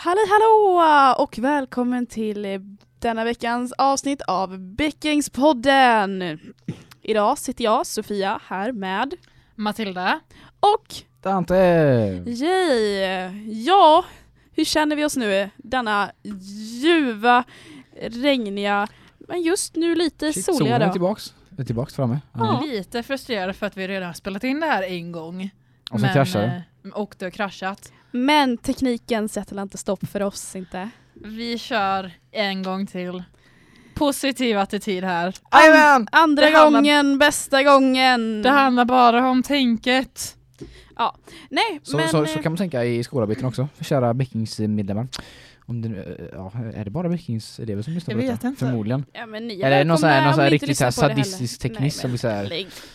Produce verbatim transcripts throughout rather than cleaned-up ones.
Halli hallå och välkommen till denna veckans avsnitt av Bäckingspodden. Idag sitter jag, Sofia, här med Matilda och Dante. Yay. Ja, hur känner vi oss nu? Denna ljuva, regniga, men just nu lite Shit, soliga solen är dag. tillbaks. Är tillbaks framme. Ja. Lite frustrerad för att vi redan har spelat in det här en gång. Och så kraschar det. eh, Och det har kraschat. Men tekniken sätter inte stopp för oss, inte. Vi kör en gång till. Positiv attityd här. Jajamän! Andra Det handlar- gången, bästa gången. Det handlar bara om tänket. Nej, Så, men... så, så kan man tänka i skolarbeten också. För kära Bäckingsmedlemmar. Om det, ja, är det bara Bäckingselever som lyssnar Jag på vet detta? inte. Förmodligen. Ja, men ni Eller någon sån här, någon sån här riktigt så här sadistisk sadistisk teknisk som vi säger.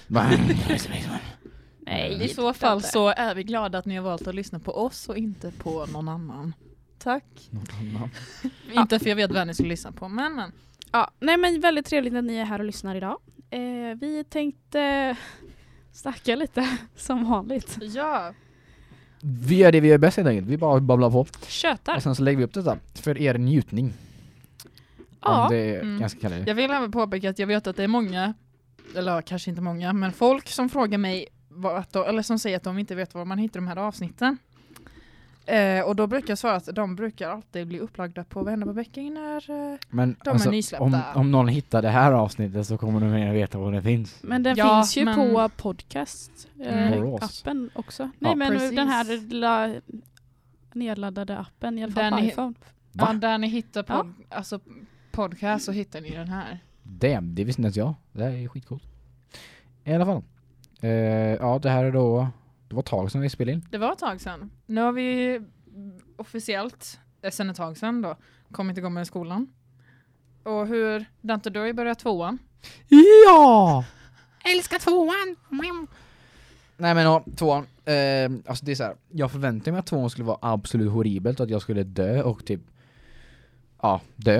Nej, I så fall så är vi glada att ni har valt att lyssna på oss och inte på någon annan. Tack. Inte för jag vet vad ni skulle lyssna på, men men. Ja, nej men väldigt trevligt att ni är här och lyssnar idag. Eh, vi tänkte snacka lite som vanligt. Ja. Vi gör det vi gör bäst helt enkelt. Vi bara babblar på. Tjötar. Och sen så lägger vi upp detta för er njutning. Ja. Om det är Mm. ganska kallt. Jag vill även påpeka att jag vet att det är många, eller kanske inte många, men folk som frågar mig vad att de, eller som säger att de inte vet var man hittar de här avsnitten. Eh, och då brukar jag svara att de brukar alltid bli upplagda på Vänner på Bäcking när eh, Men de är alltså, nysläppta. om, om någon hittar det här avsnittet så kommer de mer veta var det finns. Men den Ja, finns ju men- på podcast eh, Mm. appen också. Nej Ja, men precis. den här lilla nedladdade appen i alla fall Den på är- iPhone. Va? ja, där ni hittar Ja. pod, alltså podcast så hittar ni den här. Damn, det visste inte ens jag. Det här är skitcoolt. I alla fall. Eh, ja, det här är då... Det var ett tag sedan vi spelade in. Det var ett tag sedan. Nu har vi officiellt, eh, sedan ett tag sedan då, kommit igång med skolan. Och hur, Dante, du har ju börjat tvåan. Ja! Älskar tvåan! Nej men ja, tvåan. Eh, alltså det är så här. Jag förväntade mig att tvåan skulle vara absolut horribelt. Att jag skulle dö och typ... Ja, dö.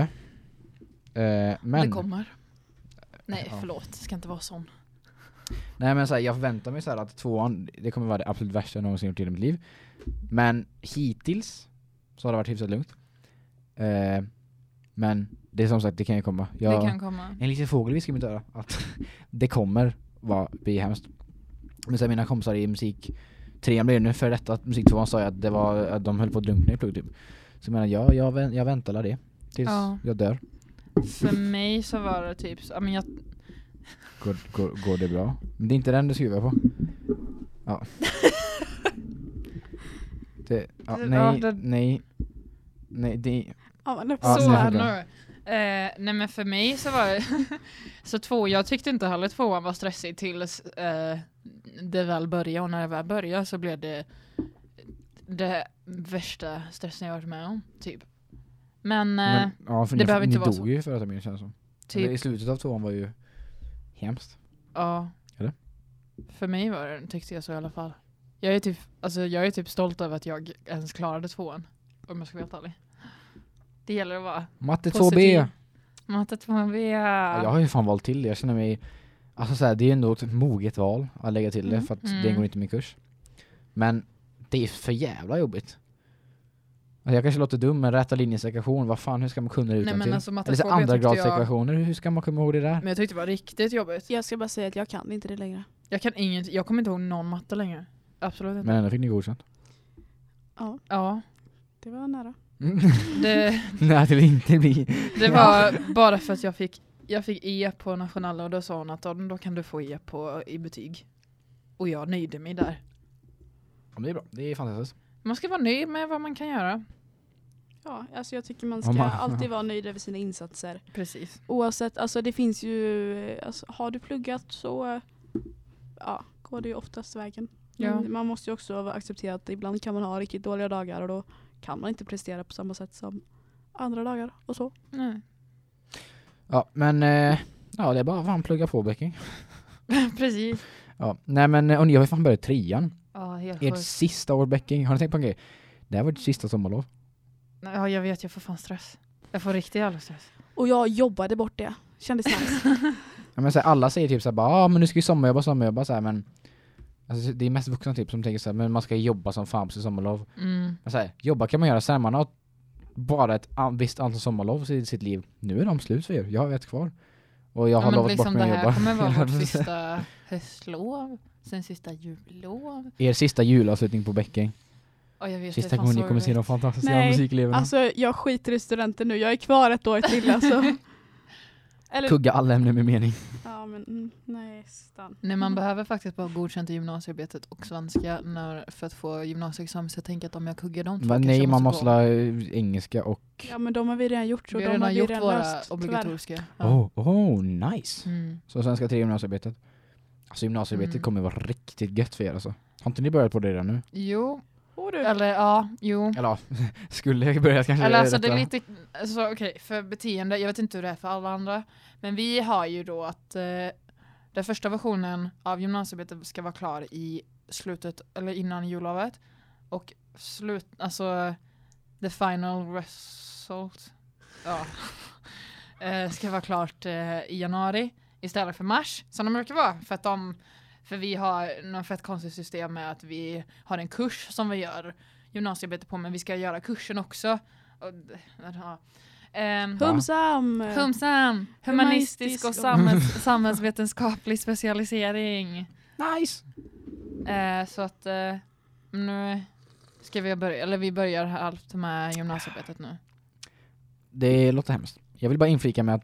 Eh, men... Det kommer. Nej, Ja. förlåt. Det ska inte vara sån. Nej men så här, jag förväntar mig så här att tvåan, det kommer vara det absolut värsta jag någonsin gjort i mitt liv. Men hittills så har det varit hyfsat lugnt. Eh, men det är som sagt, det kan ju komma. Jag, Det kan komma. En liten fågel viskar i mitt öra att det kommer vara, bli hemskt. Men så här, mina kompisar i musik trean blev nu för detta att musik tvåan sa jag att det var att de höll på att drunkna i plugg typ. Så jag menar, ja, jag, vä- jag väntar alla det tills Ja. jag dör. För mig så var det typ, ja men jag, Går, går, går det bra? Men det är inte den du skruvar på. Ja. det, ja, Det- nej, ja, det- nej. Nej, det... Ja, men Ja, så nu här funkar nu. Eh, nej men för mig så var det så två, jag tyckte inte heller tvåan var stressig tills eh, det väl började, och när det väl började så blev det det värsta stressen jag varit med om, typ. Men, eh, Men, ja, för det ni, behöver ni inte vara dog så. ju förra terminen känns som. Eller I typ, slutet av tvåan var ju hemskt. ja. Eller? För mig var det, tyckte jag så i alla fall. Jag är typ, alltså jag är typ stolt över att jag ens klarade tvåan, om jag ska vara helt ärlig. Det gäller att vara Matte två positiv. B. Matte två B. Ja, jag har ju fan valt till det. Jag känner mig... Alltså så här, det är ändå ett moget val att lägga till det. Mm. För att Mm. det går inte min kurs. Men det är för jävla jobbigt. Alltså jag kanske låter dum, men rätta linjens ekvation. Vad fan, hur ska man kunna det Nej, utan men till? alltså, matte Eller så två B andra tyckte grads jag- ekvationer. Hur ska man komma ihåg det där? Men jag tyckte det var riktigt jobbigt. jag ska bara säga att jag kan inte det längre. Jag kan inget, jag kommer inte ihåg någon matte längre. Absolut inte. Men ändå fick ni godkänt. Ja, Ja, det var nära. det, Nej, det vill inte bli. det var bara för att jag fick, jag fick E på nationella och då sa hon att ja, då kan du få E på, i betyg. Och jag nöjde mig där. Ja, men det är bra. Det är fantastiskt. Man ska vara nöjd med vad man kan göra. Ja, alltså jag tycker man Om ska man- alltid vara nöjd över sina insatser. Precis. Oavsett, alltså det finns ju, alltså, har du pluggat så ja, går det ju oftast vägen. Ja. Men man måste ju också acceptera att ibland kan man ha riktigt dåliga dagar och då kan man inte prestera på samma sätt som andra dagar och så. Nej. Ja, men... Eh, ja, det är bara fan plugga på Bäcking. Precis. Ja, nej men... Och ni har ju fan börjat trean. Ja, helt Ert sjukt. sista år Bäcking. Har ni tänkt på en grej? Det här var ert sista sommarlov. Ja, jag vet, jag får fan stress. Jag får riktigt jävla stress. Och jag jobbade bort det. Kändes nice. Ja, men så här, alla säger typ så här, bara, ah, men nu ska vi sommarjobba, sommarjobba så här, men alltså, det är mest vuxna typ som tänker så här, men man ska jobba som fan på sin sommarlov. Mm. Men så här, jobba kan man göra sen, man har bara ett an- visst antal sommarlov i sitt liv. Nu är de slut för er. Jag har ett kvar. Och jag har Ja, men lovat bort liksom mig det att här jobba. kommer vara vårt sista höstlov. Sen sista jullov. Er sista julavslutning på Bäcking. Och jag vet, Sista det är fan gången ni kommer se de sorgligt. fantastiska Nej, musikliven. Alltså jag skiter i studenten nu. Jag är kvar ett år till alltså. Eller, Kugga alla ämnen med mening. ja men mm, nej, stan. Nej, man behöver faktiskt bara godkänt i gymnasiearbetet och svenska när, för att få gymnasieexamen. Så jag tänker att om jag kuggar de två Va, kanske nej, jag man måste måste gå. ha eh, engelska och... Ja men de har vi redan gjort så Vi har de redan har vi gjort redan våra löst, tyvärr. obligatoriska. Ja. Oh, oh, nice. Mm. Så svenska tre gymnasiearbetet. Alltså gymnasiearbetet Mm. kommer vara riktigt gött för er alltså. Har inte ni börjat på det redan nu? Jo, Oh, du. eller ja, jo. Eller ja, skulle jag börja kanske... Eller alltså det är detta. lite, alltså, okej, för beteende, jag vet inte hur det är för alla andra, men vi har ju då att eh, den första versionen av gymnasiearbetet ska vara klar i slutet, eller innan jullovet, och slut, alltså the final result ja, eh, ska vara klart eh, i januari istället för mars, som de brukar vara, för att de För vi har något fett konstigt system med att vi har en kurs som vi gör gymnasiearbete på, men vi ska göra kursen också. Och, ja. um, Humsam! Humsam! Humanistisk och samhälls, samhällsvetenskaplig specialisering. Nice! Uh, så att uh, nu ska vi börja, eller vi börjar allt med gymnasiearbetet nu. Det låter hemskt. Jag vill bara inflika med att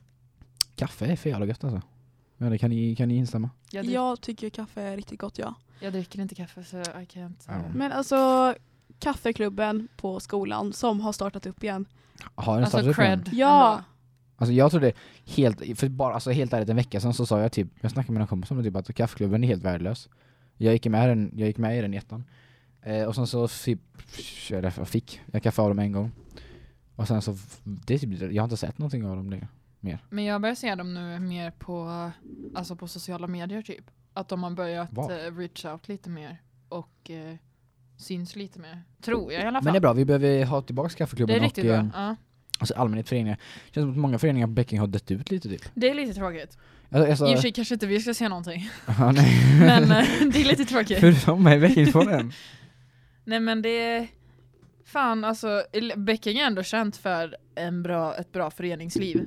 kaffe är för jävla gött alltså. Ja, det kan ni, kan ni instämma? Jag, drick, Jag tycker kaffe är riktigt gott, ja. jag dricker inte kaffe så I can't. Ja. Uh, Men alltså kaffeklubben på skolan som har startat upp igen. Har den alltså startat upp igen? cred. Ja. ändå. Alltså jag trodde helt, för bara alltså helt ärligt en vecka sedan så sa jag typ, jag snackade med någon kompis om det typ att kaffeklubben är helt värdelös. Jag gick med den, jag gick med i den i ettan. Eh, och sen så typ, jag fick jag kaffe av dem en gång. Och sen så, det är typ, jag har inte sett någonting av dem längre. Mer. Men jag börjar se dem nu mer på, alltså på sociala medier typ. Att de har börjat Wow. uh, reach out lite mer och uh, syns lite mer. Tror jag i alla fall. Men det är bra, vi behöver ha tillbaka Det kaffeklubben är riktigt och bra. eh, Ja. alltså allmänhet föreningar. Det känns som att många föreningar på Bäcking har dött ut lite typ. Det är lite tråkigt. Alltså, alltså, I och för sig kanske inte vi ska se någonting. ja, nej. Men uh, det är lite tråkigt. Förutom mig Bäckingspodden. Nej men det är fan alltså Bäcking är ändå känt för en bra, ett bra föreningsliv.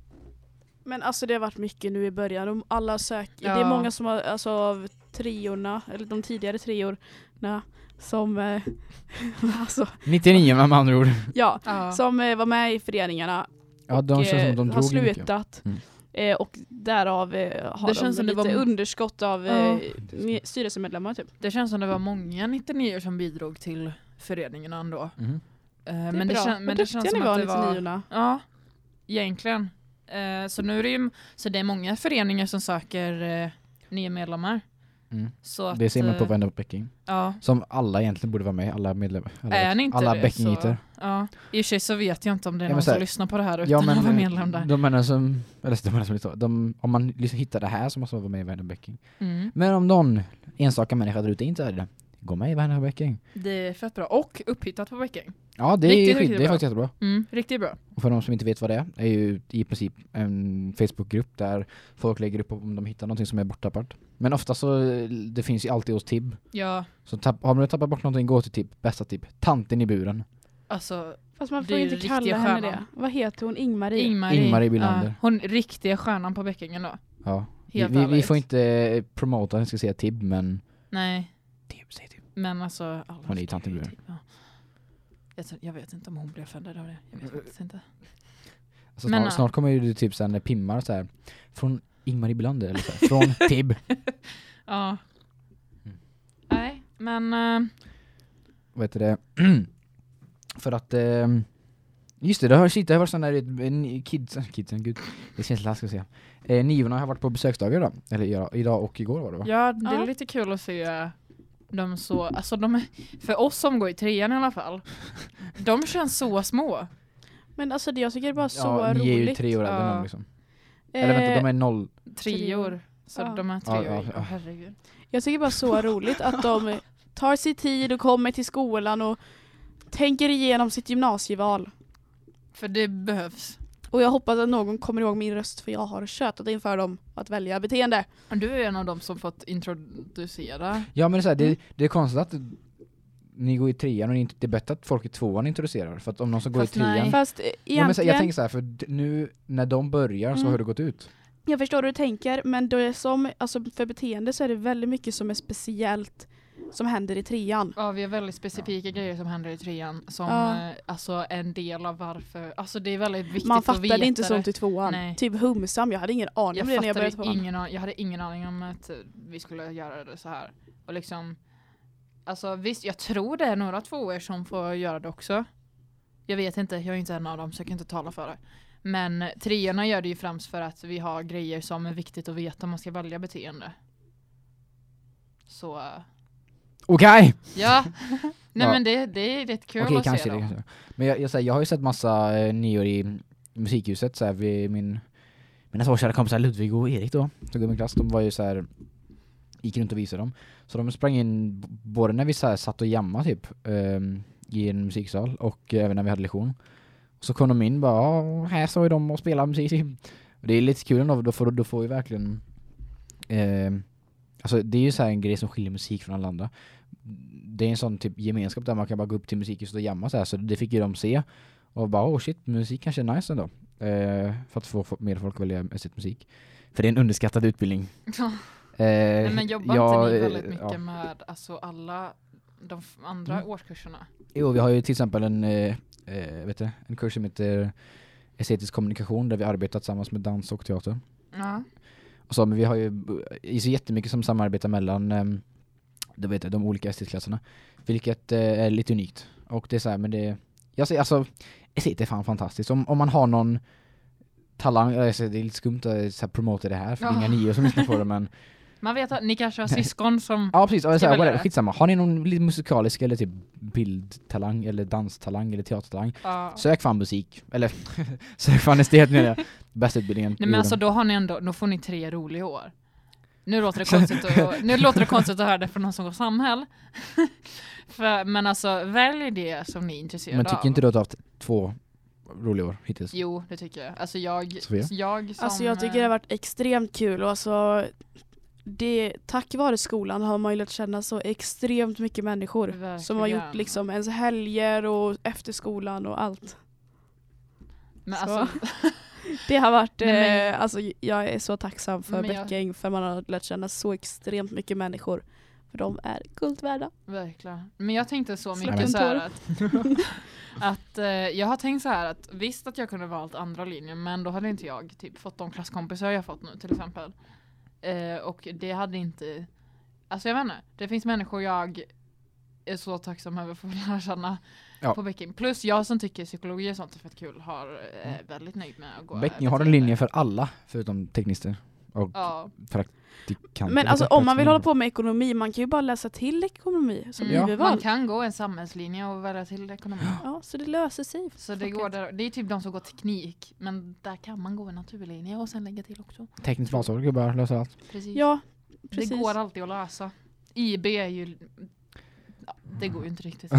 Men alltså det har varit mycket nu i början. De alla söker. Ja. Det är många som har, alltså av treorna, eller de tidigare treorna som eh, alltså, nittionio med andra ord. ja, Ja. som eh, var med i föreningarna Ja, de och känns som att de eh, har drog mycket. slutat. Mm. Eh, och därav eh, har Det de känns som det lite var- underskott av Ja. eh, ne- styrelsemedlemmar typ. Det känns som det var många nittionio som bidrog till föreningen ändå. Mhm. Eh, Det är men det, bra. kän, Vad men det duktiga känns ni som var, att det var... nittionio-orna. Ja, egentligen. Eh, så nu är det ju, så det är många föreningar som söker eh, nya medlemmar. Mm. Så att, Det ser man på eh, varenda Bäcking. Ja, Som alla egentligen borde vara med, alla medlemmar. Alla, är ni inte alla det Bäckingiter. så, ja. I och för sig så vet jag inte om det är Ja, men någon så här- som lyssnar på det här utan Ja, men att vara medlem där. de menar som, eller de menar som lite, de, om man liksom hittar det här så måste man vara med i varenda Bäcking. Mm. Men om någon enstaka människa där ute inte är det, gå med i varenda Bäcking. Det är fett bra. Och upphittat på Bäcking. Ja, det är, Riktigt, skit, riktigt det är bra. faktiskt jättebra. Mm, riktigt bra. Och för de som inte vet vad det är, är ju i princip en Facebookgrupp där folk lägger upp om de hittar någonting som är borttappat. Men ofta så, det finns ju alltid hos T I B. Ja, Så tapp, har man tappat bort någonting, gå till T I B. Bästa T I B. Tanten i buren. alltså Fast man Det får är inte ju kalla riktiga henne stjärnan. det. Vad heter hon? Ingmarie? Ingmarie. Ingmarie Bylander. Ja, hon riktiga stjärnan på Bäckingen då. Ja. Vi, Helt vi, vi ärligt. får inte promota, jag ska säga T I B, men Nej, T I B, säg T I B. men alltså alla Hon är ju tant i buren. Ja. Jag, tror- jag vet inte om hon blev offended av det. Jag vet faktiskt inte. Alltså Men, snart, ja. snart kommer ju det typ sen pimmar så här från Ingmarie Bylander eller så här, från T I B. Ja. Mm. Nej, men uh, Vad heter det? För att ehm, just det, det har shit, det har varit sån där en kids, kidsen, gud, det känns läskigt att säga. Eh, niorna har varit på besöksdagar då, eller ja, idag och igår var det va? ja, det är Ja. lite kul att se de så, alltså de är, för oss som går i trean i alla fall, de känns så små. Men alltså det, jag tycker det är bara så ja, roligt. ni är ju tre år äldre än Ja. dem liksom. Eller vänta, de är noll. Tre år. Så Ja. de är tre Ja, år. ja, Åh, ja. herregud. Jag tycker bara så roligt att de tar sig tid och kommer till skolan och tänker igenom sitt gymnasieval. För det behövs. Och jag hoppas att någon kommer ihåg min röst för jag har tjötat inför dem att välja beteende. Du är en av dem som fått introducera. Ja men det är, så här, det, Mm. det är konstigt att ni går i trean och ni, det är bättre att folk i tvåan introducerar. För att om någon som går i Fast nej. trean... Fast eh, egentligen, Ja, men så, jag tänker så här, för d- nu när de börjar så Mm. har det gått ut. jag förstår hur du tänker, men då är som, alltså för beteende så är det väldigt mycket som är speciellt som händer i trean. Ja, vi har väldigt specifika grejer som händer i trean som Ja. eh, alltså en del av varför, alltså det är väldigt viktigt Man att veta fattade inte det. sånt i tvåan. Nej. Typ humsam, jag hade ingen aning Jag om det när jag började fattade tvåan. ingen, an- jag hade ingen aning om att eh, vi skulle göra det så här. Och liksom, alltså visst, jag tror det är några tvåor som får göra det också. Jag vet inte, jag är inte en av dem så jag kan inte tala för det. Men treorna gör det ju främst för att vi har grejer som är viktigt att veta om man ska välja beteende. Så, eh, Okej! ja. Nej Ja. men det, det är rätt kul Okej, att kanske se det. dem. Kanske. Men jag, jag, säger, jag har ju sett massa eh, nior i musikhuset så här, vid min mina två kära kompisar Ludvig och Erik då, som går i min klass, de var ju så här, gick runt och visade dem. Så de sprang in b- både när vi så här, satt och jamma typ ehm, i en musiksal och även när vi hade lektion. Så kom de in och bara, "Ja, här står ju de och spelar musik." Och det är lite kul ändå, då får, då får vi verkligen ehm, alltså det är ju så här en grej som skiljer musik från alla andra. Det är en sån typ gemenskap där man kan bara gå upp till musikhuset och jamma så här, så det fick ju de se. Och bara, oh shit, musik kanske är nice ändå. Eh, för att få få mer folk att välja sitt musik. För det är en underskattad utbildning. Ja. Eh, Nej, men jobbar ja, inte ni eh, väldigt mycket ja. med alltså alla de f- andra Mm. årskurserna? Jo, vi har ju till exempel en, eh, eh, vet du, en kurs som heter estetisk kommunikation där vi arbetar tillsammans med dans och teater. Ja. Och så, men vi har ju det är så jättemycket som samarbetar mellan eh, du vet, de olika estetklasserna. Vilket eh, är lite unikt. Och det är så här, men det jag säger alltså estet är fan fantastiskt. Om, om man har någon talang, alltså, det är lite skumt att så här, promota det här för det är Ja. inga nior som lyssnar på det, men Man vet att ni kanske har syskon som... ja, precis. Och så Ska här, jag vad är välja? det? Skitsamma. Har ni någon lite musikalisk eller typ bildtalang eller danstalang eller teatertalang? Ja. Sök fan musik. Eller sök fan estet med det. Bästa utbildningen. Nej men alltså då har ni ändå, då får ni tre roliga år. Nu låter det konstigt att, nu låter det konstigt att höra det från någon som går samhäll. För, men alltså välj det som ni är intresserade Men tycker av. inte du att du har haft två roliga år hittills? Jo, det tycker jag. Alltså jag, Sofia? jag som... Alltså jag tycker det har varit extremt kul och alltså det, tack vare skolan har man ju lärt känna så extremt mycket människor Verkligen. som har gjort liksom ens helger och efter skolan och allt. Men så. alltså, Det har varit, Nej, men- eh, alltså jag är så tacksam för Men jag- Bäcking för man har lärt känna så extremt mycket människor. För de är guld värda. verkligen. Men jag tänkte så Släpp mycket en så här tår. att, att eh, jag har tänkt så här att visst att jag kunde valt andra linjer men då hade inte jag typ fått de klasskompisar jag fått nu till exempel. Eh, och det hade inte, alltså jag vet inte, det finns människor jag är så tacksam över för att lära känna Ja. på Bäcking. Plus jag som tycker psykologi och sånt är fett kul har eh, väldigt nöjd med att gå. Bäcking har en linje för alla förutom teknister och Ja, praktikanter. Men alltså om man vill hålla på med ekonomi, man kan ju bara läsa till ekonomi som mm, Ja. huvudval. man kan gå en samhällslinje och välja till ekonomi. Ja, så det löser sig. Så det, går där, det är typ de som går teknik, men där kan man gå en naturlinje och sen lägga till också. tekniskt basår gubbar löser allt. Precis. Ja, precis. Det går alltid att lösa. I B är ju... Ja, det går ju inte riktigt.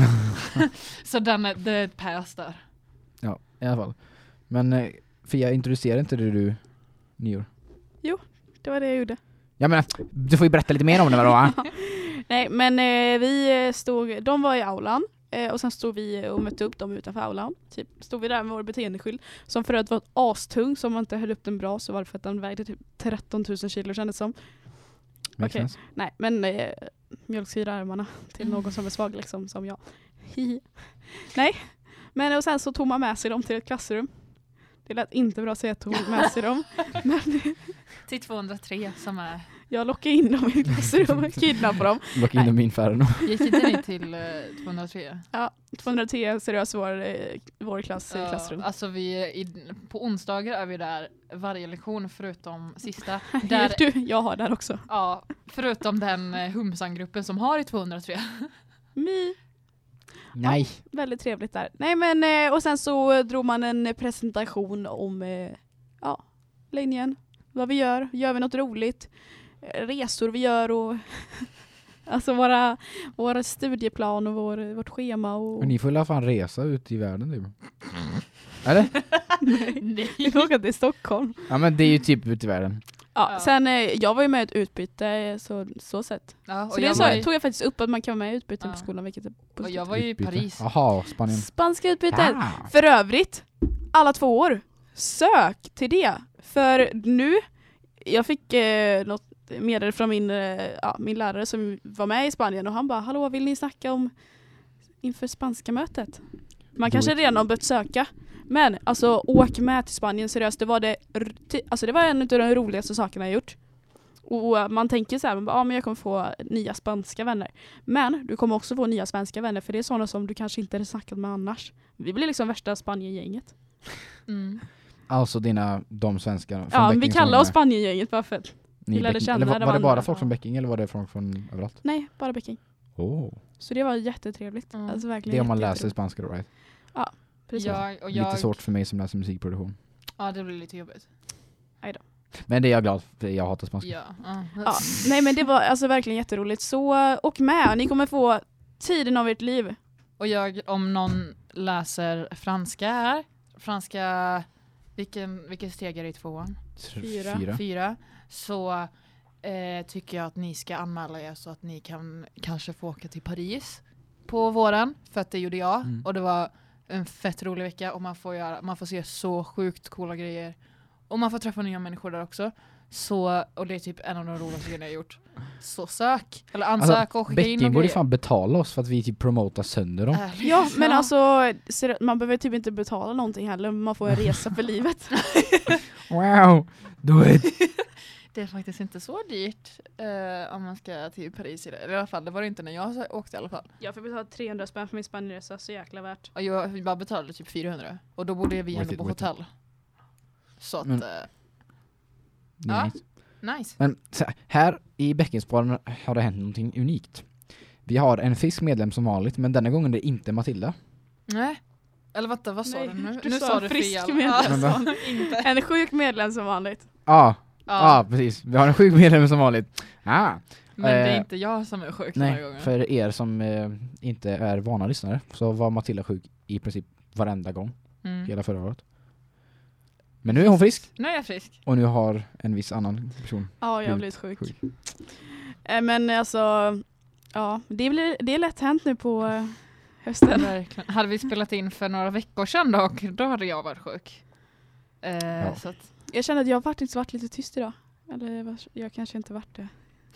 Så den är, det är ett pass där. Ja, i alla fall. Men eh, Fia, introducerar inte du du nyår? Det var det jag gjorde. Jag menar, du får ju berätta lite mer om det då, va? Nej, men eh, vi eh, stod, de var i aulan eh, och sen stod vi och mötte upp dem utanför aulan. Typ, stod vi där med vår beteendeskydd som för att var astung, så om man inte höll upp den bra så var det för att den vägde typ tretton tusen kilo kändes som. Makes Okej. sense. Nej, men eh, mjölksyra armarna till någon som är svag liksom, som jag. Hihi. Nej, men och sen så tog man med sig dem till ett klassrum. Det lät inte bra att säga att tog med sig dem. Men Till tvåhundratre som är... jag lockade in dem i ett klassrum och kidnappade dem. Locka in dem i Inferno. Gick inte ni till uh, tvåhundratre? Ja, tvåhundratre seriös vår, eh, vår klass i Ja, klassrum. alltså vi, i, på onsdagar är vi där varje lektion förutom sista. Där... Där, Du, jag har där också. ja, förutom den uh, Humsan-gruppen som har i tvåhundratre. My. Nej. Väldigt trevligt där. Nej men, eh, och sen så eh, drog man en eh, presentation om eh, ja, linjen. Vad vi gör. Gör vi något roligt? Eh, resor vi gör och alltså våra, våra studieplan och vår, vårt schema. Och... Men ni får i alla fall resa ut i världen typ. Eller? Nej. Nej. Vi åker till Stockholm. Ja men det är ju typ ut i världen. Ja, Ja. sen eh, jag var ju med i ett utbyte eh, så, så sett. Ja, och Så det jag så, var ju, tog jag faktiskt upp att man kan vara med i utbyte Ja. på skolan, vilket är och positivt. jag var ju i Utbyte. Paris. Jaha, Spanien. Spanska utbytet. Ah. För övrigt, alla två år, sök till det. För nu, jag fick eh, något meddelande från min, eh, ja, min lärare som var med i Spanien och han bara, hallå, vill ni snacka om inför spanska mötet? Man Do kanske it. redan har börjat söka. Men alltså, åk med till Spanien, seriöst, det var det, r- ty- alltså det var en av de roligaste sakerna jag gjort. Och uh, man tänker så här, man bara, ja, men jag kommer få nya spanska vänner. Men du kommer också få nya svenska vänner, för det är sådana som du kanske inte hade snackat med annars. Vi blir liksom värsta Spanien-gänget. Mm. Alltså dina, de svenskarna från Ja, Bäcking vi som kallar är oss med. Spanien-gänget bara för att, Ni vi lärde Bäcking- känna eller var, de var det bara andra. folk från Ja. Bäcking eller var det folk från överallt? nej, bara Peking. Oh. Så det var jättetrevligt. Mm. Alltså verkligen Det är om man läser jätteroligt. spanska då, right? Precis. Jag, och jag, Lite svårt för mig som läser musikproduktion. Ja, det blir lite jobbigt. Men det är jag glad för, jag hatar spanska. Ja. ja. Ja, nej men det var alltså verkligen jätteroligt. Så åk med, ni kommer få tiden av ert liv. Och jag, om någon läser franska här, franska, vilken, vilken steg är det i tvåan? Fyra. Fyra. Fyra. Så eh, tycker jag att ni ska anmäla er så att ni kan kanske få åka till Paris på våren. För att det gjorde jag. Mm. Och det var en fett rolig vecka och man får, göra, man får se så sjukt coola grejer. Och man får träffa nya människor där också. Så, och det är typ en av de roligaste grejerna jag gjort. Så sök, eller ansök Alltså, och skicka in Bäcking och borde grejer. fan betala oss för att vi typ promotar sönder dem. Ärligt. Ja, men alltså ser- man behöver typ inte betala någonting heller. Man får en resa för livet. Wow, do it! Det är faktiskt inte så dyrt eh, om man ska till Paris i det. I alla fall, det var det inte när jag åkte i alla fall. Jag får betala trehundra spänn för min Spanienresa, så jäkla värt. Och jag bara betalade typ fyrahundra. Och då bodde vi Worth ändå it, på worth hotell. Så att, Men- eh, Det är Ja. nice. nice. Men så här, här i Bäckensbaden har det hänt någonting unikt. Vi har en fisk medlem som vanligt, men denna gången är det inte Matilda. Nej. Eller vänta, vad sa Nej, du nu? du nu sa du frisk fel. medlem. Ja, inte. En sjuk medlem som vanligt. Ja, ja, Ja, precis. Vi har en sjuk medlem som vanligt. Ah. men det är eh, inte jag som är sjuk den här Nej, gången. för er som eh, inte är vana lyssnare så var Matilda sjuk i princip varenda gång Mm. hela förra året. Men nu är hon frisk Nu är jag frisk. och nu har en viss annan person. Ja, jag har Blivit blivit sjuk. sjuk. Eh, Men alltså, ja, det, blir, det är lätt hänt nu på eh, hösten. Verkligen. Hade vi spelat in för några veckor sedan dock, då hade jag varit sjuk. Eh, Ja. så att, Jag känner att jag har faktiskt varit lite tyst idag. Eller jag var- jag kanske inte varit det.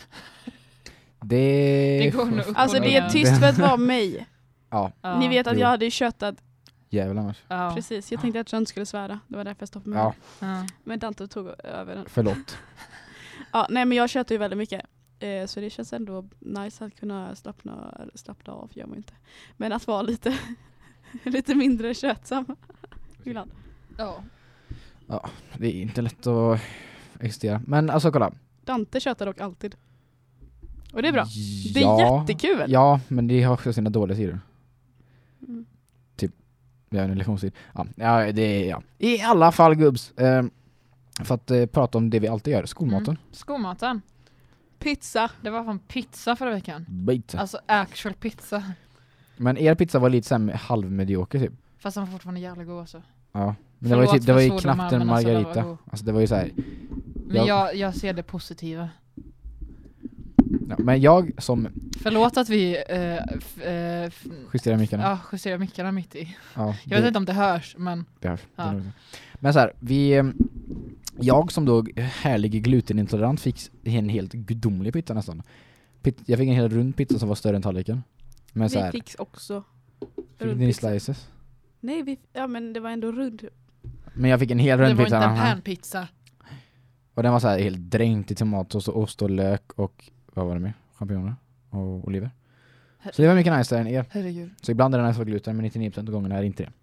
Det, Det går nog upp Alltså och det är ner. tyst för att vara mig. Ja, ja. Ni vet att jo. jag hade ju köttat. jävlar annars. Ja. Precis, jag tänkte att jag inte skulle svära. Det var därför jag stoppade mig. Ja, Ja. Men Dante tog över den. förlåt. Ja, nej men jag köttar ju väldigt mycket. Eh, så det känns ändå nice att kunna slappna, eller slappna av, gör man inte. Men att vara lite, lite mindre kötsam ibland. Ja. Det är inte lätt att existera. Men alltså kolla. Dante tjötar dock alltid. Och det är bra. Det är Ja, jättekul. Ja, men det har också sina dåliga sidor. Mm. Det är en lektionstid. Ja, ja, det är, ja. I alla fall gubbs. Eh, för att eh, prata om det vi alltid gör. Skolmaten. Mm. Skolmaten. Pizza. Det var fan pizza förra veckan. Bita. Alltså actual pizza. Men er pizza var lite såhär halvmedioker typ. Fast den var fortfarande jävligt god alltså. Ja. Men det var ju, Förlåt typ, det var ju för svordomar, knappt en men alltså, den var margarita. god. Alltså det var ju såhär. Men Jag- jag, jag ser det positiva. Ja, men jag som Förlåt att vi eh, f, eh, f, justerar mickarna. ja, justerar mickarna mitt i. Ja, Jag vet inte om det hörs, men det hörs. Ja. Det hörs. Men så här, vi eh, jag som då härlig glutenintolerant fick en helt gudomlig pizza nästan. Pit, jag fick en helt rund pizza som var större än tallriken. Men så Vi här, fick också fick rund ni pizza. slices? Nej, vi, ja men det var ändå rund. Men jag fick en hel det rund var pizza. inte en aha. panpizza. Och den var så här helt dränkt i tomatsås och ost och lök och vad var det med? Champinjoner och oliver. Så det var mycket nice där än er. Herregud. Så ibland är det nice för gluten men nintionio procent av gångerna är det inte det.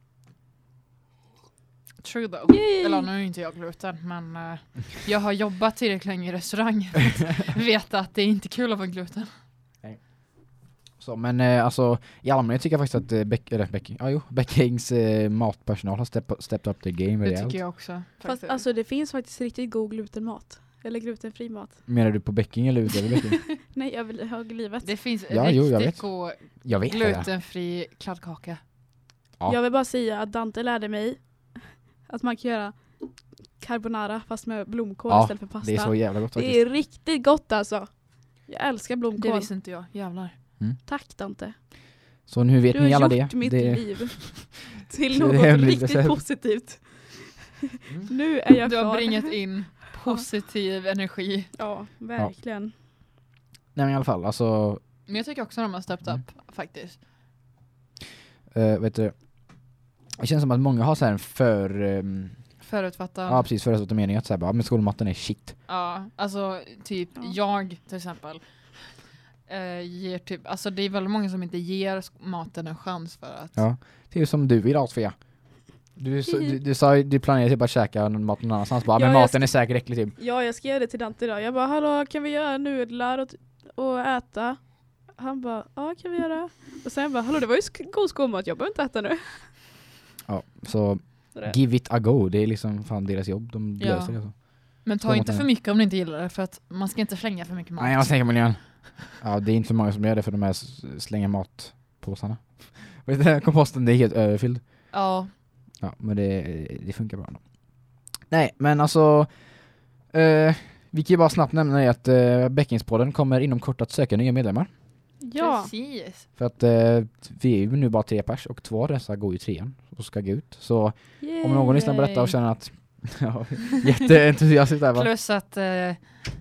True though. Yay! Eller nu är inte jag gluten, men eh, jag har jobbat tillräckligt länge i restaurang för att veta att det är inte kul att vara gluten. Så, men eh, alltså i allmänhet tycker jag faktiskt att eh, Beck, eller Beck, ja, jo, Beckings eh, matpersonal har step, stepped up the game Det rejält. tycker jag också. Fast faktiskt. alltså det finns faktiskt riktigt god glutenmat. Eller glutenfri mat. Menar du på Becking eller utöver Becking? Nej, jag vill ha livet. det finns Ja, jo, jag riktigt vet. god Jag vet det. glutenfri kladdkaka. Ja. Jag vill bara säga att Dante lärde mig att man kan göra carbonara fast med blomkål Ja, istället för pasta. Det är så jävla gott Det faktiskt. är riktigt gott alltså. Jag älskar Det blomkål. visste inte jag, jävlar. Tack Dante. Så nu vet Du har ni alla gjort det. mitt det liv till Det är något hemligt riktigt recept. positivt. Nu är jag Du har klar. bringat in positiv energi. Ja, verkligen. Nej men i alla fall, alltså Men jag tycker också att de har stepped Mm. up, faktiskt. uh, vet du, det känns som att många har så här en för um, Förutfattad. ja precis, förutfattad mening att säga bara, men skolmaten är shit. Ja, alltså typ Ja. jag till exempel eh, ger typ, alltså det är väldigt många som inte ger sk- maten en chans för att Ja. Det är ju som du idag, Sofia. Du, så, du, du sa du planerade typ att käka mat någon annanstans bara, Ja, men jag maten är säkert äcklig typ. Ja, jag skrev det till Dante idag. Jag bara, hallå, kan vi göra nudlar och, och äta? Han bara, ja kan vi göra. Och sen bara, hallå det var ju sk- god skolmat, jag behöver inte äta nu. Ja, så Så det- give it a go. Det är liksom fan deras jobb. De Ja. löser det. Alltså. Men ta Får inte maten- för mycket om ni inte gillar det, för att man ska inte slänga för mycket mat. Nej, jag tänker miljön. Ja, det är inte så många som gör det för de här s- slänger matpåsarna. Vet du, komposten det är helt överfylld. Ja, Ja, men det, det funkar bra. Nej, men alltså eh, vi kan ju bara snabbt nämna det att eh, Bäckingspodden kommer inom kort att söka nya medlemmar. Ja, precis. För att eh, vi är ju nu bara tre pers och två av dessa går ju trean och ska gå ut. Så yay. om någon lyssnar på detta och känner att ja, jätteentusiastisk där va? Plus att eh,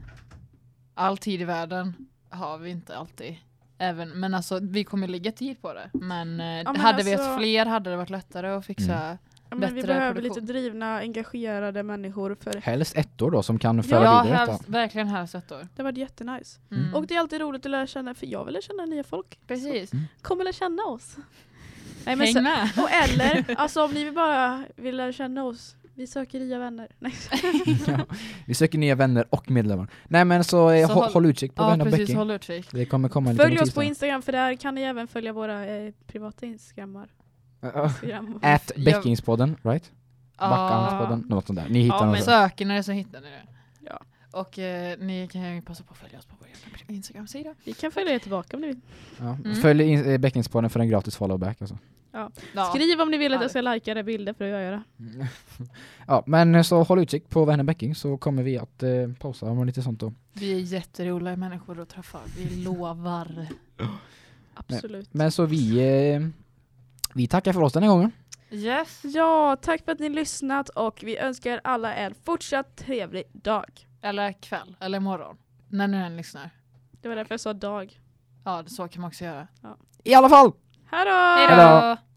all tid i världen har vi inte alltid. Även, men alltså vi kommer ligga tid på det. Men, eh, men hade vi alltså- ett fler hade det varit lättare att fixa. Mm. Ja, men vi bättre behöver produktion. lite drivna, engagerade människor för Helst ettor då som kan föra Ja, vidare helst, detta. verkligen helst ett år. det har varit jättenice. Mm. Och det är alltid roligt att lära känna, för jag vill lära känna nya folk. Precis. Kom eller känna oss. Nej, men Häng så, med. och eller, alltså om ni vill bara vill lära känna oss, vi söker nya vänner. Nej. Ja, vi söker nya vänner och medlemmar. Nej men så, eh, Så håll, håll- håll utkik på Ja, Vänner precis. Bäcking. Håll utkik. Det kommer komma en liten Följ oss notis på där. Instagram, för där kan ni även följa våra eh, privata Instagrammar. Ja, Instagram. At Jag- Bäckingspodden, right? Ja. Backanspodden, något sånt där. Ni hittar Ja, något men sånt. Söker ni det så hittar ni det. Ja. Och eh, ni kan ju passa på att följa oss på vår jävla Instagram-sida. Vi kan följa er tillbaka om ni vill. Ja. Mm. Följ in, eh, Bäckingspodden för en gratis followback alltså. Ja. Skriv om ni vill att Ja. jag ska likea era bilder för att jag gör det. Ja, men så håll utkik på Vänner Bäcking så kommer vi att eh, pausa om lite sånt då. Vi är jätteroliga människor att träffa. Vi lovar. Absolut. Men så vi eh, vi tackar för oss den här gången. Yes. Ja, tack för att ni lyssnat och vi önskar alla en fortsatt trevlig dag. Eller kväll. Eller morgon. När ni än lyssnar. Det var därför jag sa dag. Ja, så kan man också göra. I alla fall! Hej då! Hej Hej då! då!